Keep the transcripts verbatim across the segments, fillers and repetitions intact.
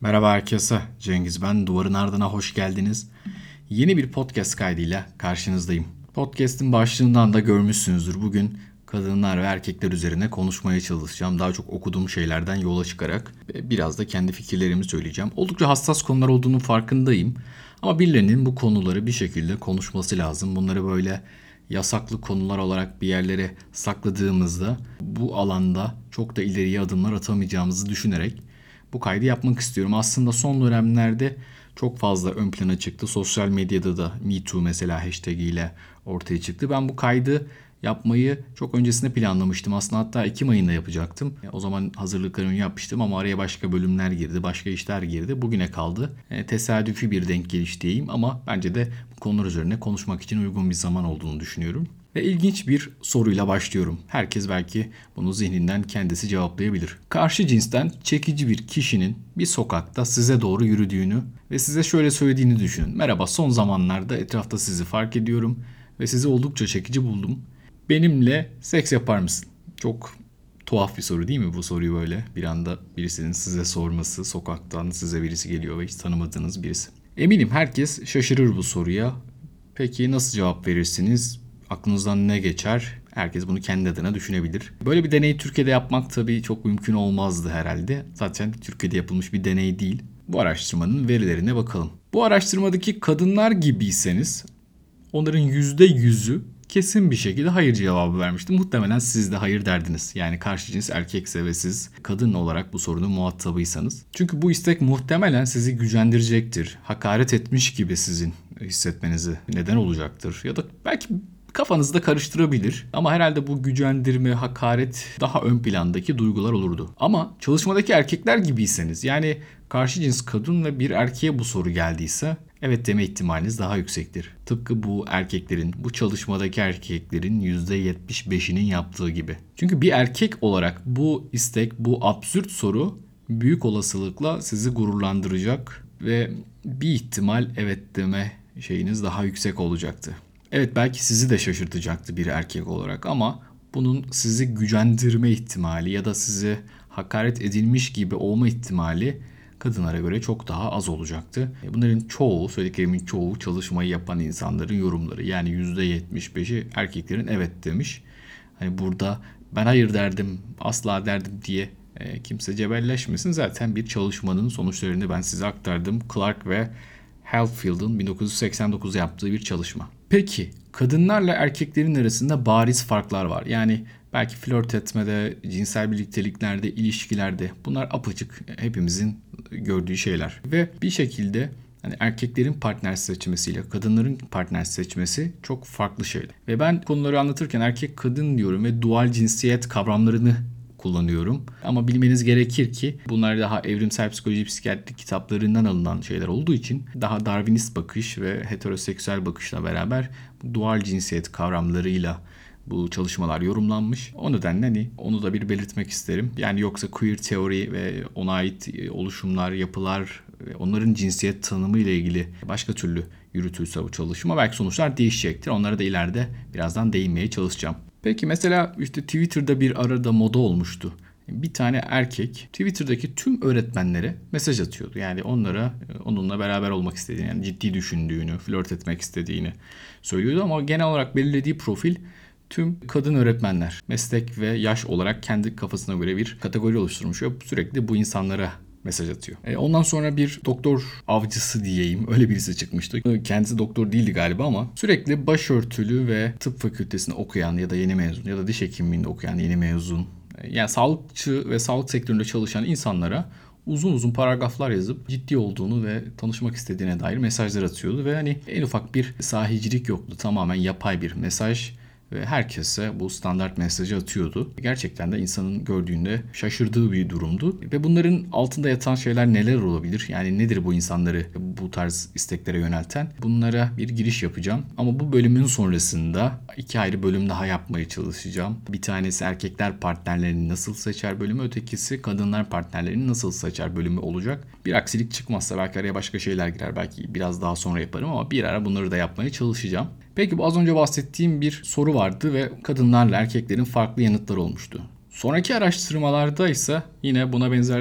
Merhaba herkese, Cengiz ben. Duvarın Ardına hoş geldiniz. Yeni bir podcast kaydıyla karşınızdayım. Podcast'in başlığından da görmüşsünüzdür. Bugün kadınlar ve erkekler üzerine konuşmaya çalışacağım. Daha çok okuduğum şeylerden yola çıkarak biraz da kendi fikirlerimi söyleyeceğim. Oldukça hassas konular olduğunun farkındayım. Ama birilerinin bu konuları bir şekilde konuşması lazım. Bunları böyle yasaklı konular olarak bir yerlere sakladığımızda bu alanda çok da ileriye adımlar atamayacağımızı düşünerek bu kaydı yapmak istiyorum. Aslında son dönemlerde çok fazla ön plana çıktı. Sosyal medyada da Me Too mesela hashtag ile ortaya çıktı. Ben bu kaydı yapmayı çok öncesinde planlamıştım. Aslında hatta Ekim ayında yapacaktım. O zaman hazırlıklarımı yapmıştım ama araya başka bölümler girdi, başka işler girdi. Bugüne kaldı. E, tesadüfi bir denk geliş diyeyim ama bence de bu konular üzerine konuşmak için uygun bir zaman olduğunu düşünüyorum. Ve ilginç bir soruyla başlıyorum. Herkes belki bunu zihninden kendisi cevaplayabilir. Karşı cinsten çekici bir kişinin bir sokakta size doğru yürüdüğünü ve size şöyle söylediğini düşünün. Merhaba, son zamanlarda etrafta sizi fark ediyorum ve sizi oldukça çekici buldum. Benimle seks yapar mısın? Çok tuhaf bir soru değil mi bu soruyu böyle bir anda birisinin size sorması, sokaktan size birisi geliyor ve hiç tanımadığınız birisi. Eminim herkes şaşırır bu soruya. Peki nasıl cevap verirsiniz? Aklınızdan ne geçer? Herkes bunu kendi adına düşünebilir. Böyle bir deneyi Türkiye'de yapmak tabii çok mümkün olmazdı herhalde. Zaten Türkiye'de yapılmış bir deney değil. Bu araştırmanın verilerine bakalım. Bu araştırmadaki kadınlar gibiyseniz onların yüzde yüzü kesin bir şekilde hayır cevabı vermişti. Muhtemelen siz de hayır derdiniz. Yani karşı cins erkekse ve siz kadın olarak bu sorunun muhatabıysanız. Çünkü bu istek muhtemelen sizi gücendirecektir. Hakaret etmiş gibi sizin hissetmenizi neden olacaktır. Ya da belki kafanızda karıştırabilir. Ama herhalde bu gücendirme, hakaret daha ön plandaki duygular olurdu. Ama çalışmadaki erkekler gibiyseniz, yani karşı cins kadın ve bir erkeğe bu soru geldiyse evet deme ihtimaliniz daha yüksektir. Tıpkı bu erkeklerin, bu çalışmadaki erkeklerin yüzde yetmiş beşinin yaptığı gibi. Çünkü bir erkek olarak bu istek, bu absürt soru büyük olasılıkla sizi gururlandıracak ve bir ihtimal evet deme şeyiniz daha yüksek olacaktı. Evet, belki sizi de şaşırtacaktı bir erkek olarak ama bunun sizi gücendirme ihtimali ya da size hakaret edilmiş gibi olma ihtimali kadınlara göre çok daha az olacaktı. Bunların çoğu, söylediklerimin çoğu çalışmayı yapan insanların yorumları. Yani yüzde yetmiş beşi erkeklerin evet demiş. Hani burada ben hayır derdim, asla derdim diye e, kimse cebelleşmesin. Zaten bir çalışmanın sonuçlarını ben size aktardım. Clark ve Heldfield'ın bin dokuz yüz seksen dokuzda yaptığı bir çalışma. Peki kadınlarla erkeklerin arasında bariz farklar var. Yani belki flört etmede, cinsel birlikteliklerde, ilişkilerde bunlar apaçık hepimizin gördüğü şeyler. Ve bir şekilde hani erkeklerin partner seçmesiyle kadınların partner seçmesi çok farklı şeyler. Ve ben konuları anlatırken erkek kadın diyorum ve dual cinsiyet kavramlarını kullanıyorum. Ama bilmeniz gerekir ki bunlar daha evrimsel psikoloji, psikiyatri kitaplarından alınan şeyler olduğu için daha Darwinist bakış ve heteroseksüel bakışla beraber dual cinsiyet kavramlarıyla bu çalışmalar yorumlanmış. O nedenle hani onu da bir belirtmek isterim. Yani yoksa queer teori ve ona ait oluşumlar, yapılar, onların cinsiyet tanımı ile ilgili başka türlü yürütülse bu çalışma belki sonuçlar değişecektir. Onlara da ileride birazdan değinmeye çalışacağım. Peki mesela işte Twitter'da bir arada moda olmuştu. Bir tane erkek Twitter'daki tüm öğretmenlere mesaj atıyordu. Yani onlara onunla beraber olmak istediğini, yani ciddi düşündüğünü, flört etmek istediğini söylüyordu. Ama genel olarak belirlediği profil tüm kadın öğretmenler. Meslek ve yaş olarak kendi kafasına göre bir kategori oluşturmuş ve sürekli bu insanlara mesaj atıyor. E, ondan sonra bir doktor avcısı diyeyim, öyle birisi çıkmıştı. Kendisi doktor değildi galiba ama sürekli başörtülü ve tıp fakültesinde okuyan ya da yeni mezun ya da diş hekimliğinde okuyan yeni mezun, yani sağlıkçı ve sağlık sektöründe çalışan insanlara uzun uzun paragraflar yazıp ciddi olduğunu ve tanışmak istediğine dair mesajlar atıyordu ve hani en ufak bir sahicilik yoktu. Tamamen yapay bir mesaj. Ve herkese bu standart mesajı atıyordu. Gerçekten de insanın gördüğünde şaşırdığı bir durumdu. Ve bunların altında yatan şeyler neler olabilir? Yani nedir bu insanları bu tarz isteklere yönelten? Bunlara bir giriş yapacağım. Ama bu bölümün sonrasında iki ayrı bölüm daha yapmaya çalışacağım. Bir tanesi erkekler partnerlerini nasıl seçer bölümü, ötekisi kadınlar partnerlerini nasıl seçer bölümü olacak. Bir aksilik çıkmazsa belki araya başka şeyler girer. Belki biraz daha sonra yaparım ama bir ara bunları da yapmaya çalışacağım. Peki bu az önce bahsettiğim bir soru vardı ve kadınlarla erkeklerin farklı yanıtları olmuştu. Sonraki araştırmalarda ise yine buna benzer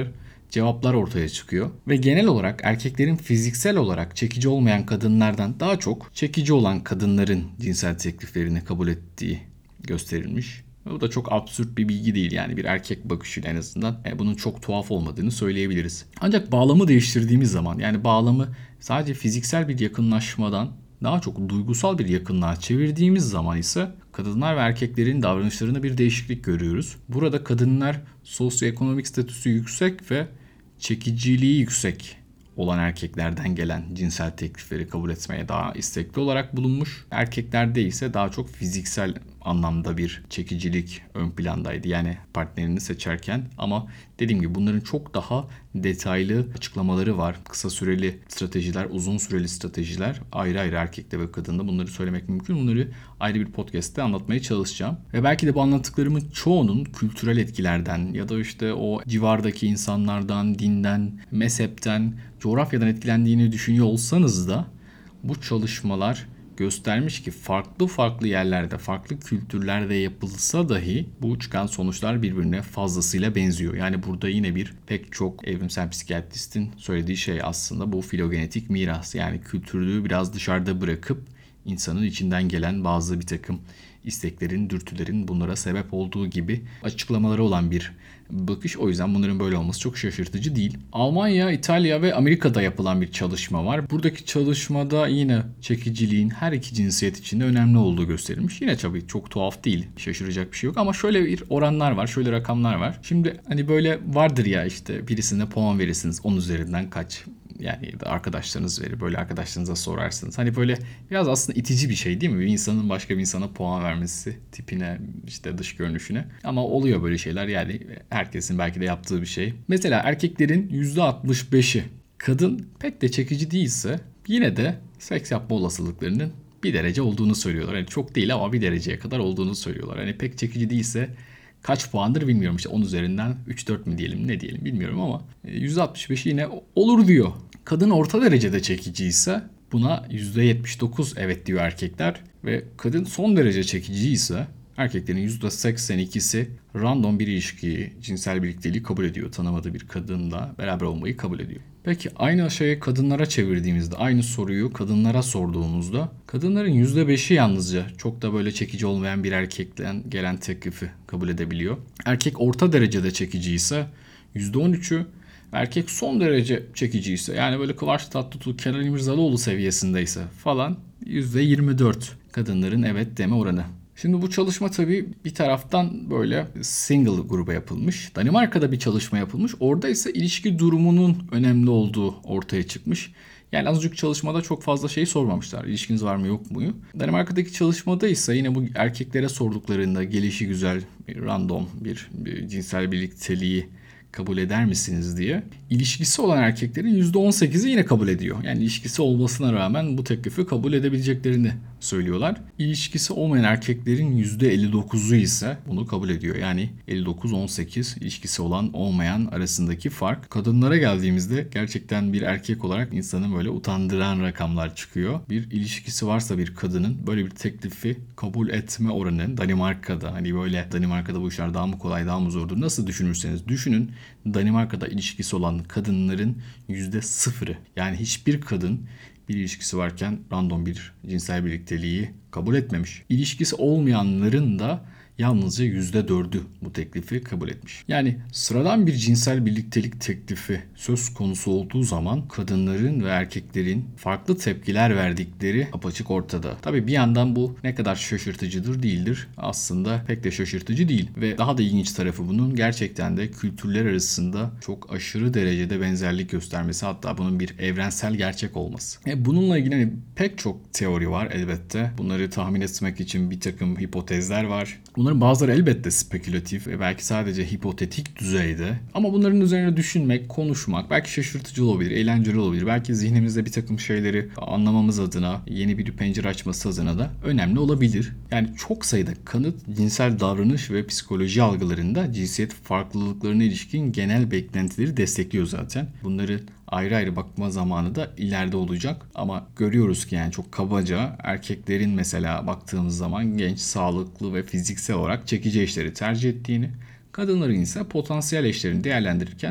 cevaplar ortaya çıkıyor. Ve genel olarak erkeklerin fiziksel olarak çekici olmayan kadınlardan daha çok çekici olan kadınların cinsel tekliflerini kabul ettiği gösterilmiş. Bu da çok absürt bir bilgi değil, yani bir erkek bakışıyla en azından e, bunun çok tuhaf olmadığını söyleyebiliriz. Ancak bağlamı değiştirdiğimiz zaman, yani bağlamı sadece fiziksel bir yakınlaşmadan daha çok duygusal bir yakınlığa çevirdiğimiz zaman ise kadınlar ve erkeklerin davranışlarında bir değişiklik görüyoruz. Burada kadınlar sosyoekonomik statüsü yüksek ve çekiciliği yüksek olan erkeklerden gelen cinsel teklifleri kabul etmeye daha istekli olarak bulunmuş. Erkeklerde ise daha çok fiziksel anlamda bir çekicilik ön plandaydı, yani partnerini seçerken. Ama dediğim gibi bunların çok daha detaylı açıklamaları var. Kısa süreli stratejiler, uzun süreli stratejiler, ayrı ayrı erkekte ve kadında bunları söylemek mümkün. Bunları ayrı bir podcast'te anlatmaya çalışacağım. Ve belki de bu anlattıklarımın çoğunun kültürel etkilerden ya da işte o civardaki insanlardan, dinden, mezhepten, coğrafyadan etkilendiğini düşünüyor olsanız da bu çalışmalar göstermiş ki farklı farklı yerlerde, farklı kültürlerde yapılsa dahi bu çıkan sonuçlar birbirine fazlasıyla benziyor. Yani burada yine bir pek çok evrimsel psikiyatristin söylediği şey aslında bu filogenetik miras. Yani kültürlüğü biraz dışarıda bırakıp insanın içinden gelen bazı bir takım isteklerin, dürtülerin bunlara sebep olduğu gibi açıklamaları olan bir bakış. O yüzden bunların böyle olması çok şaşırtıcı değil. Almanya, İtalya ve Amerika'da yapılan bir çalışma var. Buradaki çalışmada yine çekiciliğin her iki cinsiyet için de önemli olduğu gösterilmiş. Yine tabii çok tuhaf değil, şaşıracak bir şey yok ama şöyle bir oranlar var, şöyle rakamlar var. Şimdi hani böyle vardır ya, işte birisine puan verirsiniz, on üzerinden kaç? Yani da arkadaşlarınız verir, böyle arkadaşlarınıza sorarsınız. Hani böyle biraz aslında itici bir şey değil mi? Bir insanın başka bir insana puan vermesi, tipine, işte dış görünüşüne. Ama oluyor böyle şeyler, yani herkesin belki de yaptığı bir şey. Mesela erkeklerin yüzde altmış beşi kadın pek de çekici değilse yine de seks yapma olasılıklarının bir derece olduğunu söylüyorlar. Yani çok değil ama bir dereceye kadar olduğunu söylüyorlar. Hani pek çekici değilse kaç puandır bilmiyorum, işte on üzerinden üç dört mi diyelim, ne diyelim bilmiyorum ama yüzde altmış beşi yine olur diyor. Kadın orta derecede çekici ise buna yüzde yetmiş dokuz evet diyor erkekler ve kadın son derece çekici ise erkeklerin yüzde seksen ikisi random bir ilişkiyi, cinsel birlikteliği kabul ediyor. Tanımadığı bir kadınla beraber olmayı kabul ediyor. Peki aynı şeyi kadınlara çevirdiğimizde, aynı soruyu kadınlara sorduğumuzda kadınların yüzde beşi yalnızca çok da böyle çekici olmayan bir erkekten gelen teklifi kabul edebiliyor. Erkek orta derecede çekici ise yüzde on üçü, erkek son derece çekici ise, yani böyle Kıvanç Tatlıtuğ, Kenan İmirzalıoğlu seviyesindeyse falan yüzde yirmi dört kadınların evet deme oranı. Şimdi bu çalışma tabii bir taraftan böyle single gruba yapılmış. Danimarka'da bir çalışma yapılmış. Orada ise ilişki durumunun önemli olduğu ortaya çıkmış. Yani azıcık çalışmada çok fazla şey sormamışlar. İlişkiniz var mı yok mu? Danimarka'daki çalışmada ise yine bu erkeklere sorduklarında gelişi güzel, bir random bir, bir cinsel birlikteliği kabul eder misiniz diye, ilişkisi olan erkeklerin yüzde on sekizi yine kabul ediyor. Yani ilişkisi olmasına rağmen bu teklifi kabul edebileceklerini söylüyorlar. İlişkisi olmayan erkeklerin yüzde elli dokuzu ise bunu kabul ediyor. Yani elli dokuz on sekiz ilişkisi olan olmayan arasındaki fark. Kadınlara geldiğimizde gerçekten bir erkek olarak insanı böyle utandıran rakamlar çıkıyor. Bir ilişkisi varsa bir kadının böyle bir teklifi kabul etme oranı Danimarka'da, hani böyle Danimarka'da bu işler daha mı kolay, daha mı zordur, nasıl düşünürseniz düşünün, Danimarka'da ilişkisi olan kadınların yüzde sıfırı, yani hiçbir kadın bir ilişkisi varken random bir cinsel birlikteliği kabul etmemiş. İlişkisi olmayanların da yalnızca yüzde dördü bu teklifi kabul etmiş. Yani sıradan bir cinsel birliktelik teklifi söz konusu olduğu zaman kadınların ve erkeklerin farklı tepkiler verdikleri apaçık ortada. Tabii bir yandan bu ne kadar şaşırtıcıdır değildir. Aslında pek de şaşırtıcı değil. Ve daha da ilginç tarafı bunun gerçekten de kültürler arasında çok aşırı derecede benzerlik göstermesi, hatta bunun bir evrensel gerçek olması. E bununla ilgili hani pek çok teori var elbette. Bunları tahmin etmek için bir takım hipotezler var. Bunların bazıları elbette spekülatif ve belki sadece hipotetik düzeyde. Ama bunların üzerine düşünmek, konuşmak belki şaşırtıcı olabilir, eğlenceli olabilir. Belki zihnimizde bir takım şeyleri anlamamız adına, yeni bir pencere açması adına da önemli olabilir. Yani çok sayıda kanıt cinsel davranış ve psikoloji algılarında cinsiyet farklılıklarına ilişkin genel beklentileri destekliyor zaten. Bunları ayrı ayrı bakma zamanı da ileride olacak. Ama görüyoruz ki yani çok kabaca erkeklerin mesela baktığımız zaman genç, sağlıklı ve fiziksel olarak çekici eşleri tercih ettiğini, kadınların ise potansiyel eşlerini değerlendirirken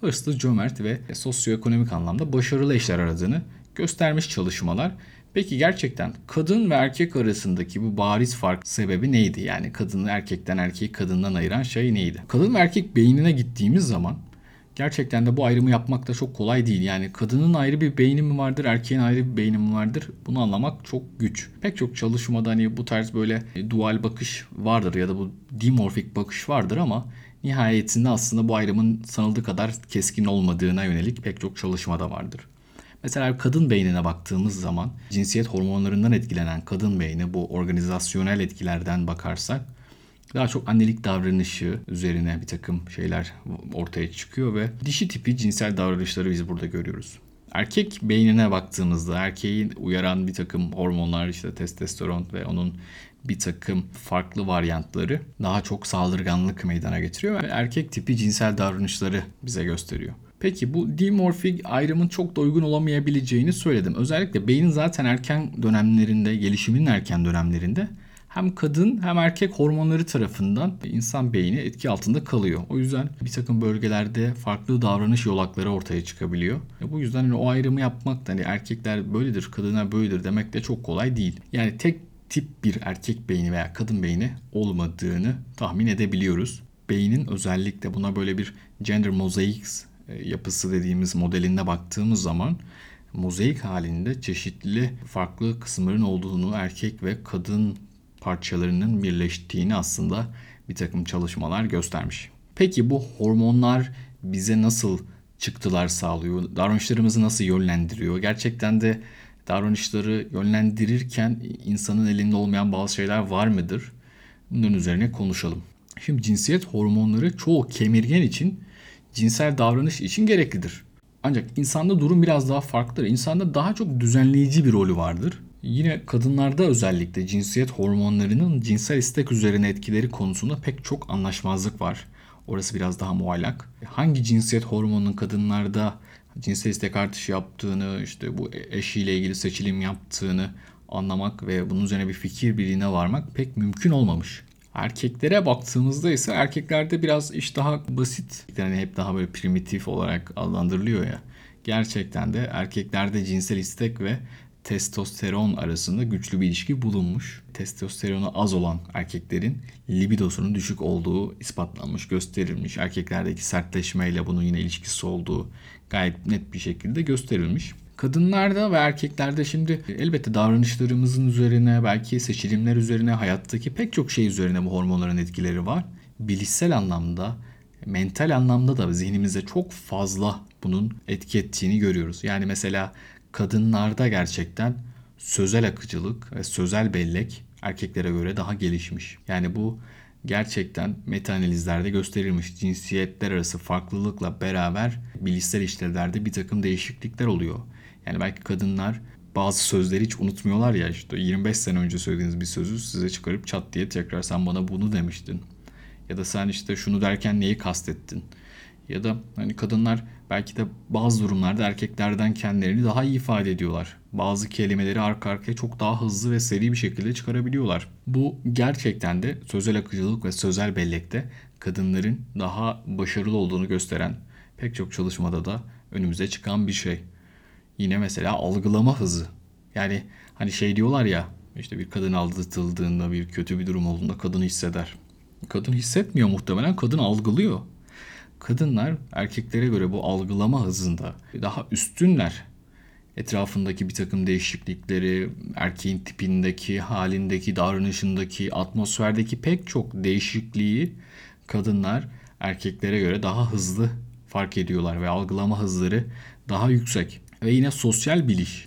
hırslı, cömert ve sosyoekonomik anlamda başarılı eşler aradığını göstermiş çalışmalar. Peki gerçekten kadın ve erkek arasındaki bu bariz fark sebebi neydi? Yani kadını erkekten, erkeği kadından ayıran şey neydi? Kadın ve erkek beynine gittiğimiz zaman gerçekten de bu ayrımı yapmak da çok kolay değil. Yani kadının ayrı bir beyni mi vardır, erkeğin ayrı bir beyni mi vardır? Bunu anlamak çok güç. Pek çok çalışmada hani bu tarz böyle dual bakış vardır ya da bu dimorfik bakış vardır ama nihayetinde aslında bu ayrımın sanıldığı kadar keskin olmadığına yönelik pek çok çalışmada vardır. Mesela kadın beynine baktığımız zaman cinsiyet hormonlarından etkilenen kadın beyni, bu organizasyonel etkilerden bakarsak daha çok annelik davranışı üzerine bir takım şeyler ortaya çıkıyor ve dişi tipi cinsel davranışları biz burada görüyoruz. Erkek beynine baktığımızda erkeğin uyaran bir takım hormonlar, işte testosteron ve onun bir takım farklı varyantları daha çok saldırganlık meydana getiriyor ve erkek tipi cinsel davranışları bize gösteriyor. Peki bu dimorfik ayrımın çok da uygun olamayabileceğini söyledim. Özellikle beynin zaten erken dönemlerinde, gelişiminin erken dönemlerinde hem kadın hem erkek hormonları tarafından insan beyni etki altında kalıyor. O yüzden bir takım bölgelerde farklı davranış yolakları ortaya çıkabiliyor. Bu yüzden hani o ayrımı yapmak da hani erkekler böyledir, kadınlar böyledir demek de çok kolay değil. Yani tek tip bir erkek beyni veya kadın beyni olmadığını tahmin edebiliyoruz. Beynin özellikle buna böyle bir gender mosaics yapısı dediğimiz modelinde baktığımız zaman mozaik halinde çeşitli farklı kısımların olduğunu, erkek ve kadın parçalarının birleştiğini aslında bir takım çalışmalar göstermiş. Peki bu hormonlar bize nasıl çıktılar sağlıyor? Davranışlarımızı nasıl yönlendiriyor? Gerçekten de davranışları yönlendirirken insanın elinde olmayan bazı şeyler var mıdır? Bunun üzerine konuşalım. Şimdi cinsiyet hormonları çoğu kemirgen için cinsel davranış için gereklidir. Ancak insanda durum biraz daha farklıdır. İnsanda daha çok düzenleyici bir rolü vardır. Yine kadınlarda özellikle cinsiyet hormonlarının cinsel istek üzerine etkileri konusunda pek çok anlaşmazlık var. Orası biraz daha muallak. Hangi cinsiyet hormonunun kadınlarda cinsel istek artışı yaptığını, işte bu eşiyle ilgili seçilim yaptığını anlamak ve bunun üzerine bir fikir birliğine varmak pek mümkün olmamış. Erkeklere baktığımızda ise erkeklerde biraz iş daha basit. Yani hep daha böyle primitif olarak adlandırılıyor ya. Gerçekten de erkeklerde cinsel istek ve testosteron arasında güçlü bir ilişki bulunmuş. Testosteronu az olan erkeklerin libidosunun düşük olduğu ispatlanmış, gösterilmiş. Erkeklerdeki sertleşmeyle bunun yine ilişkisi olduğu gayet net bir şekilde gösterilmiş. Kadınlarda ve erkeklerde şimdi elbette davranışlarımızın üzerine, belki seçilimler üzerine, hayattaki pek çok şey üzerine bu hormonların etkileri var. Bilişsel anlamda, mental anlamda da zihnimize çok fazla bunun etki ettiğini görüyoruz. Yani mesela kadınlarda gerçekten sözel akıcılık ve sözel bellek erkeklere göre daha gelişmiş. Yani bu gerçekten metaanalizlerde gösterilmiş. Cinsiyetler arası farklılıkla beraber bilişsel işlevlerde bir takım değişiklikler oluyor. Yani belki kadınlar bazı sözleri hiç unutmuyorlar ya, işte yirmi beş sene önce söylediğiniz bir sözü size çıkarıp çat diye tekrar sen bana bunu demiştin. Ya da sen işte şunu derken neyi kastettin? Ya da hani kadınlar belki de bazı durumlarda erkeklerden kendilerini daha iyi ifade ediyorlar. Bazı kelimeleri arka arkaya çok daha hızlı ve seri bir şekilde çıkarabiliyorlar. Bu gerçekten de sözel akıcılık ve sözel bellekte kadınların daha başarılı olduğunu gösteren pek çok çalışmada da önümüze çıkan bir şey. Yine mesela algılama hızı. Yani hani şey diyorlar ya, işte bir kadın aldatıldığında, bir kötü bir durum olduğunda kadın hisseder. Kadın hissetmiyor muhtemelen, kadın algılıyor. Kadınlar erkeklere göre bu algılama hızında daha üstünler. Etrafındaki bir takım değişiklikleri, erkeğin tipindeki, halindeki, davranışındaki, atmosferdeki pek çok değişikliği kadınlar erkeklere göre daha hızlı fark ediyorlar ve algılama hızları daha yüksek. Ve yine sosyal biliş.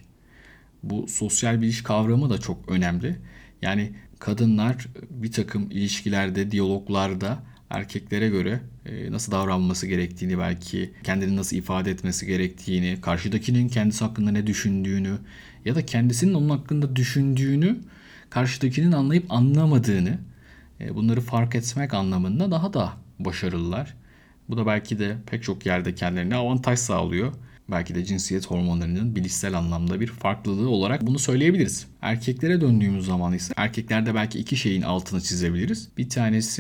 Bu sosyal biliş kavramı da çok önemli. Yani kadınlar bir takım ilişkilerde, diyaloglarda erkeklere göre nasıl davranması gerektiğini, belki kendini nasıl ifade etmesi gerektiğini, karşıdakinin kendisi hakkında ne düşündüğünü ya da kendisinin onun hakkında düşündüğünü karşıdakinin anlayıp anlamadığını, bunları fark etmek anlamında daha da başarılılar. Bu da belki de pek çok yerde kendilerine avantaj sağlıyor. Belki de cinsiyet hormonlarının bilişsel anlamda bir farklılığı olarak bunu söyleyebiliriz. Erkeklere döndüğümüz zaman ise erkeklerde belki iki şeyin altını çizebiliriz. Bir tanesi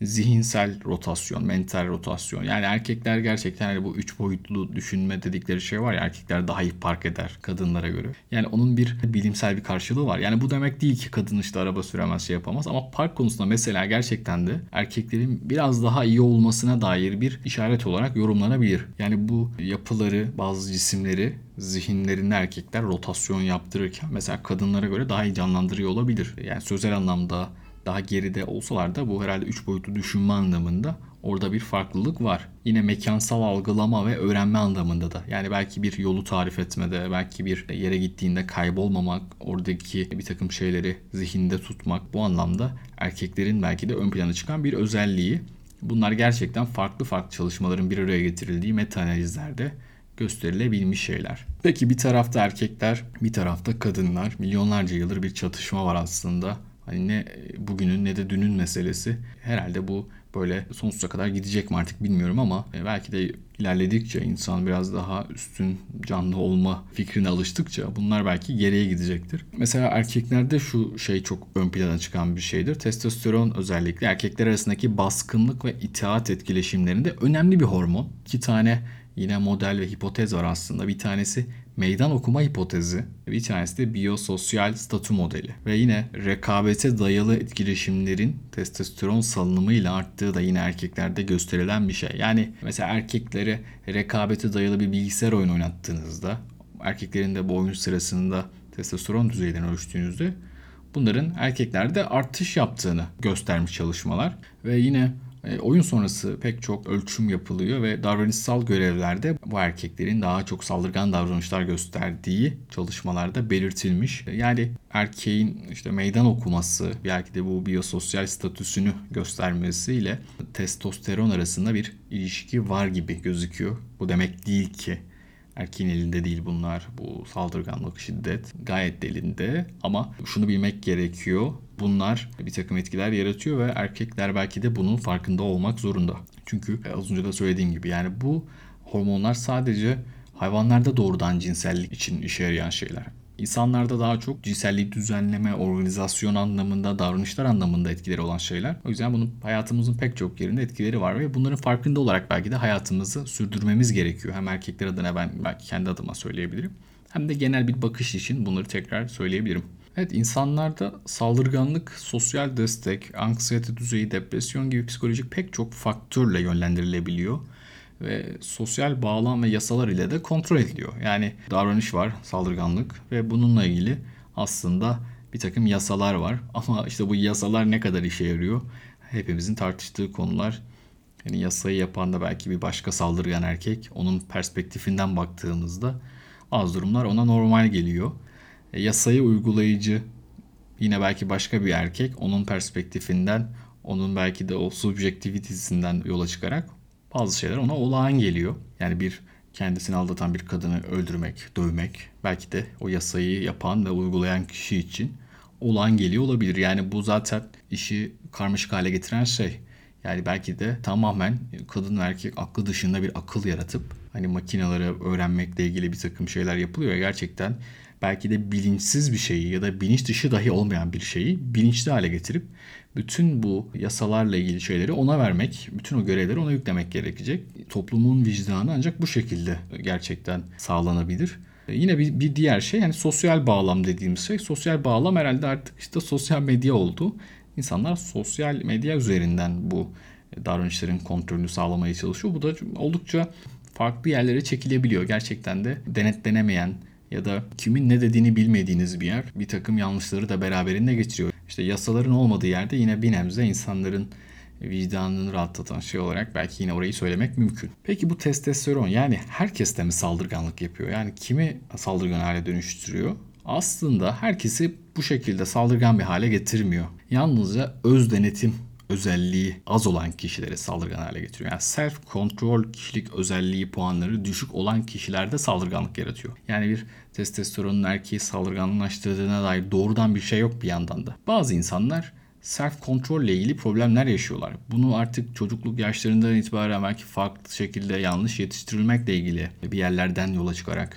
zihinsel rotasyon, mental rotasyon. Yani erkekler gerçekten hani bu üç boyutlu düşünme dedikleri şey var ya, erkekler daha iyi park eder kadınlara göre. Yani onun bir bilimsel bir karşılığı var. Yani bu demek değil ki kadın işte araba süremez, şey yapamaz, ama park konusunda mesela gerçekten de erkeklerin biraz daha iyi olmasına dair bir işaret olarak yorumlanabilir. Yani bu yapıları, bazı cisimleri zihinlerinde erkekler rotasyon yaptırırken mesela kadınlara göre daha iyi canlandırıyor olabilir. Yani sözel anlamda daha geride olsalar da bu herhalde üç boyutlu düşünme anlamında orada bir farklılık var. Yine mekansal algılama ve öğrenme anlamında da. Yani belki bir yolu tarif etmede, belki bir yere gittiğinde kaybolmamak, oradaki bir takım şeyleri zihinde tutmak, bu anlamda erkeklerin belki de ön plana çıkan bir özelliği. Bunlar gerçekten farklı farklı çalışmaların bir araya getirildiği meta-analizlerde gösterilebilmiş şeyler. Peki bir tarafta erkekler, bir tarafta kadınlar. Milyonlarca yıldır bir çatışma var aslında. Hani ne bugünün ne de dünün meselesi. Herhalde bu böyle sonsuza kadar gidecek mi artık bilmiyorum, ama belki de ilerledikçe insan biraz daha üstün canlı olma fikrine alıştıkça bunlar belki geriye gidecektir. Mesela erkeklerde şu şey çok ön plana çıkan bir şeydir. Testosteron özellikle erkekler arasındaki baskınlık ve itaat etkileşimlerinde önemli bir hormon. İki tane yine model ve hipotez var aslında. Bir tanesi meydan okuma hipotezi, bir tanesi de biyososyal statü modeli. Ve yine rekabete dayalı etkileşimlerin testosteron salınımıyla arttığı da yine erkeklerde gösterilen bir şey. Yani mesela erkeklere rekabete dayalı bir bilgisayar oyunu oynattığınızda, erkeklerin de bu oyun sırasında testosteron düzeylerini ölçtüğünüzde bunların erkeklerde artış yaptığını göstermiş çalışmalar. Ve yine E, oyun sonrası pek çok ölçüm yapılıyor ve davranışsal görevlerde bu erkeklerin daha çok saldırgan davranışlar gösterdiği çalışmalarda belirtilmiş. Yani erkeğin işte meydan okuması, belki de bu biyososyal statüsünü göstermesiyle testosteron arasında bir ilişki var gibi gözüküyor. Bu demek değil ki erkeğin elinde değil bunlar. Bu saldırganlık, şiddet gayet de elinde, ama şunu bilmek gerekiyor. Bunlar bir takım etkiler yaratıyor ve erkekler belki de bunun farkında olmak zorunda. Çünkü az önce de söylediğim gibi yani bu hormonlar sadece hayvanlarda doğrudan cinsellik için işe yarayan şeyler. İnsanlarda daha çok cinselliği düzenleme, organizasyon anlamında, davranışlar anlamında etkileri olan şeyler. O yüzden bunun hayatımızın pek çok yerinde etkileri var ve bunların farkında olarak belki de hayatımızı sürdürmemiz gerekiyor. Hem erkekler adına, ben belki kendi adıma söyleyebilirim, hem de genel bir bakış için bunları tekrar söyleyebilirim. Evet, insanlarda saldırganlık, sosyal destek, anksiyete düzeyi, depresyon gibi psikolojik pek çok faktörle yönlendirilebiliyor ve sosyal bağlam ve yasalar ile de kontrol ediliyor. Yani davranış var, saldırganlık, ve bununla ilgili aslında bir takım yasalar var. Ama işte bu yasalar ne kadar işe yarıyor? Hepimizin tartıştığı konular. Yani yasayı yapan da belki bir başka saldırgan erkek. Onun perspektifinden baktığımızda bazı durumlar ona normal geliyor. E, yasayı uygulayıcı yine belki başka bir erkek, onun perspektifinden, onun belki de o subjektivitesinden yola çıkarak bazı şeyler ona olağan geliyor. Yani bir kendisini aldatan bir kadını öldürmek, dövmek belki de o yasayı yapan ve uygulayan kişi için olağan geliyor olabilir. Yani bu zaten işi karmaşık hale getiren şey. Yani belki de tamamen kadın ve erkek aklı dışında bir akıl yaratıp hani makinelere öğrenmekle ilgili bir takım şeyler yapılıyor ya, gerçekten belki de bilinçsiz bir şeyi ya da bilinç dışı dahi olmayan bir şeyi bilinçli hale getirip bütün bu yasalarla ilgili şeyleri ona vermek, bütün o görevleri ona yüklemek gerekecek. Toplumun vicdanı ancak bu şekilde gerçekten sağlanabilir. Yine bir, bir diğer şey, yani sosyal bağlam dediğimiz şey. Sosyal bağlam herhalde artık işte sosyal medya oldu. İnsanlar sosyal medya üzerinden bu davranışların kontrolünü sağlamaya çalışıyor. Bu da oldukça farklı yerlere çekilebiliyor. Gerçekten de denetlenemeyen ya da kimin ne dediğini bilmediğiniz bir yer bir takım yanlışları da beraberinde getiriyor. İşte yasaların olmadığı yerde yine bir nebze insanların vicdanını rahatlatan şey olarak belki yine orayı söylemek mümkün. Peki bu testosteron yani herkeste mi saldırganlık yapıyor? Yani kimi saldırgan hale dönüştürüyor? Aslında herkesi bu şekilde saldırgan bir hale getirmiyor. Yalnızca öz denetim özelliği az olan kişileri saldırgan hale getiriyor. Yani self control kişilik özelliği puanları düşük olan kişilerde saldırganlık yaratıyor. Yani bir testosteronun erkeği saldırganlaştırdığına dair doğrudan bir şey yok bir yandan da. Bazı insanlar self control ile ilgili problemler yaşıyorlar. Bunu artık çocukluk yaşlarından itibaren belki farklı şekilde yanlış yetiştirilmekle ilgili bir yerlerden yola çıkarak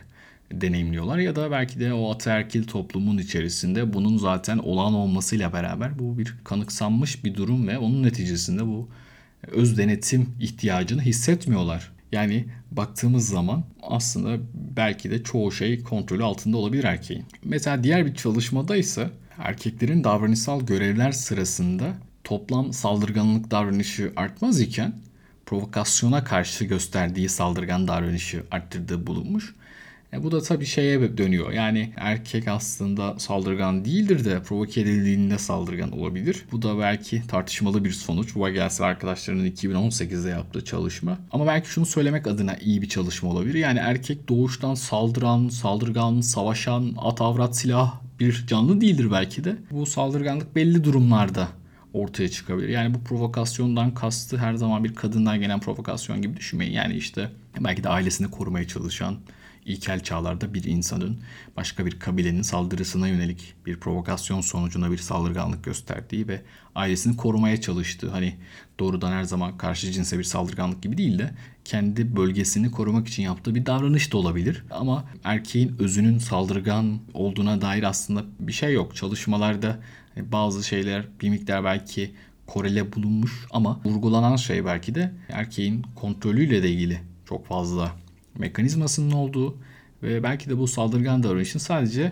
deneyimliyorlar ya da belki de o ataerkil toplumun içerisinde bunun zaten olağan olmasıyla beraber bu bir kanıksanmış bir durum ve onun neticesinde bu öz denetim ihtiyacını hissetmiyorlar. Yani baktığımız zaman aslında belki de çoğu şey kontrolü altında olabilir erkeğin. Mesela diğer bir çalışmada ise erkeklerin davranışsal görevler sırasında toplam saldırganlık davranışı artmaz iken provokasyona karşı gösterdiği saldırgan davranışı arttırdığı bulunmuş. E bu da tabii şeye dönüyor. Yani erkek aslında saldırgan değildir de provoke edildiğinde saldırgan olabilir. Bu da belki tartışmalı bir sonuç. Weigels ve arkadaşlarının iki bin on sekizde yaptığı çalışma. Ama belki şunu söylemek adına iyi bir çalışma olabilir. Yani erkek doğuştan saldıran, saldırgan, savaşan, at avrat silah bir canlı değildir belki de. Bu saldırganlık belli durumlarda ortaya çıkabilir. Yani bu provokasyondan kastı her zaman bir kadından gelen provokasyon gibi düşünmeyin. Yani işte belki de ailesini korumaya çalışan ilkel çağlarda bir insanın başka bir kabilenin saldırısına yönelik bir provokasyon sonucunda bir saldırganlık gösterdiği ve ailesini korumaya çalıştığı, hani doğrudan her zaman karşı cinse bir saldırganlık gibi değil de kendi bölgesini korumak için yaptığı bir davranış da olabilir. Ama erkeğin özünün saldırgan olduğuna dair aslında bir şey yok. Çalışmalarda bazı şeyler bir miktar belki korele bulunmuş ama vurgulanan şey belki de erkeğin kontrolüyle de ilgili çok fazla mekanizmasının olduğu ve belki de bu saldırgan davranışın sadece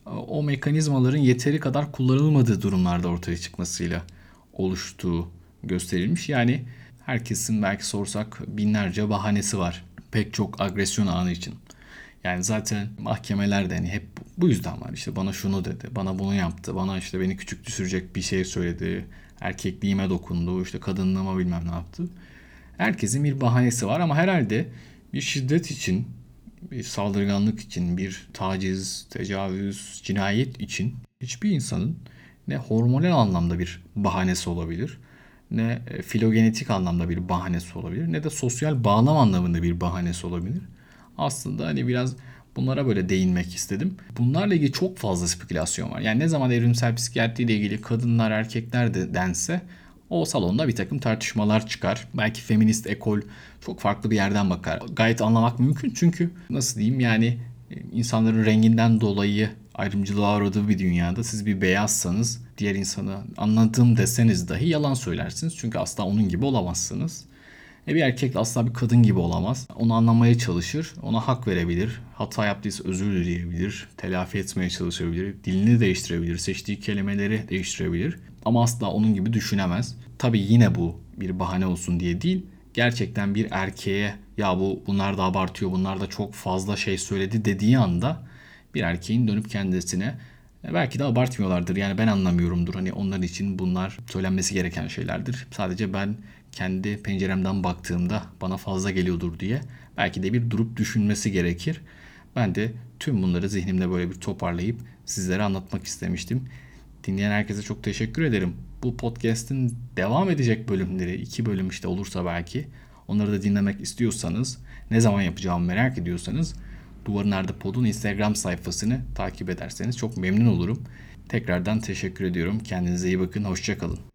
o mekanizmaların yeteri kadar kullanılmadığı durumlarda ortaya çıkmasıyla oluştuğu gösterilmiş. Yani herkesin belki sorsak binlerce bahanesi var pek çok agresyon anı için. Yani zaten mahkemelerde hani hep bu yüzden var. İşte bana şunu dedi, bana bunu yaptı, bana işte beni küçük düşürecek bir şey söyledi, erkekliğime dokundu, işte kadınlığıma bilmem ne yaptı. Herkesin bir bahanesi var ama herhalde bir şiddet için, bir saldırganlık için, bir taciz, tecavüz, cinayet için hiçbir insanın ne hormonal anlamda bir bahanesi olabilir, ne filogenetik anlamda bir bahanesi olabilir, ne de sosyal bağlam anlamında bir bahanesi olabilir. Aslında hani biraz bunlara böyle değinmek istedim. Bunlarla ilgili çok fazla spekülasyon var. Yani ne zaman evrimsel psikiyatri ile ilgili kadınlar erkekler de dense o salonda bir takım tartışmalar çıkar. Belki feminist ekol çok farklı bir yerden bakar. Gayet anlamak mümkün çünkü nasıl diyeyim yani insanların renginden dolayı ayrımcılığa uğradığı bir dünyada siz bir beyazsanız diğer insanı anladığım deseniz dahi yalan söylersiniz. Çünkü asla onun gibi olamazsınız. E bir erkek asla bir kadın gibi olamaz. Onu anlamaya çalışır, ona hak verebilir, hata yaptıysa özür dileyebilir, telafi etmeye çalışabilir, dilini değiştirebilir, seçtiği kelimeleri değiştirebilir. Ama asla onun gibi düşünemez. Tabii yine bu bir bahane olsun diye değil, gerçekten bir erkeğe ya bu bunlar da abartıyor, bunlar da çok fazla şey söyledi dediği anda bir erkeğin dönüp kendisine belki de abartmıyorlardır. Yani ben anlamıyorumdur. Hani onlar için bunlar söylenmesi gereken şeylerdir. Sadece ben kendi penceremden baktığımda bana fazla geliyordur diye belki de bir durup düşünmesi gerekir. Ben de tüm bunları zihnimde böyle bir toparlayıp sizlere anlatmak istemiştim. Dinleyen herkese çok teşekkür ederim. Bu podcast'in devam edecek bölümleri, iki bölüm işte olursa belki, onları da dinlemek istiyorsanız, ne zaman yapacağımı merak ediyorsanız Duvarın Ardı Pod'un Instagram sayfasını takip ederseniz çok memnun olurum. Tekrardan teşekkür ediyorum. Kendinize iyi bakın. Hoşça kalın.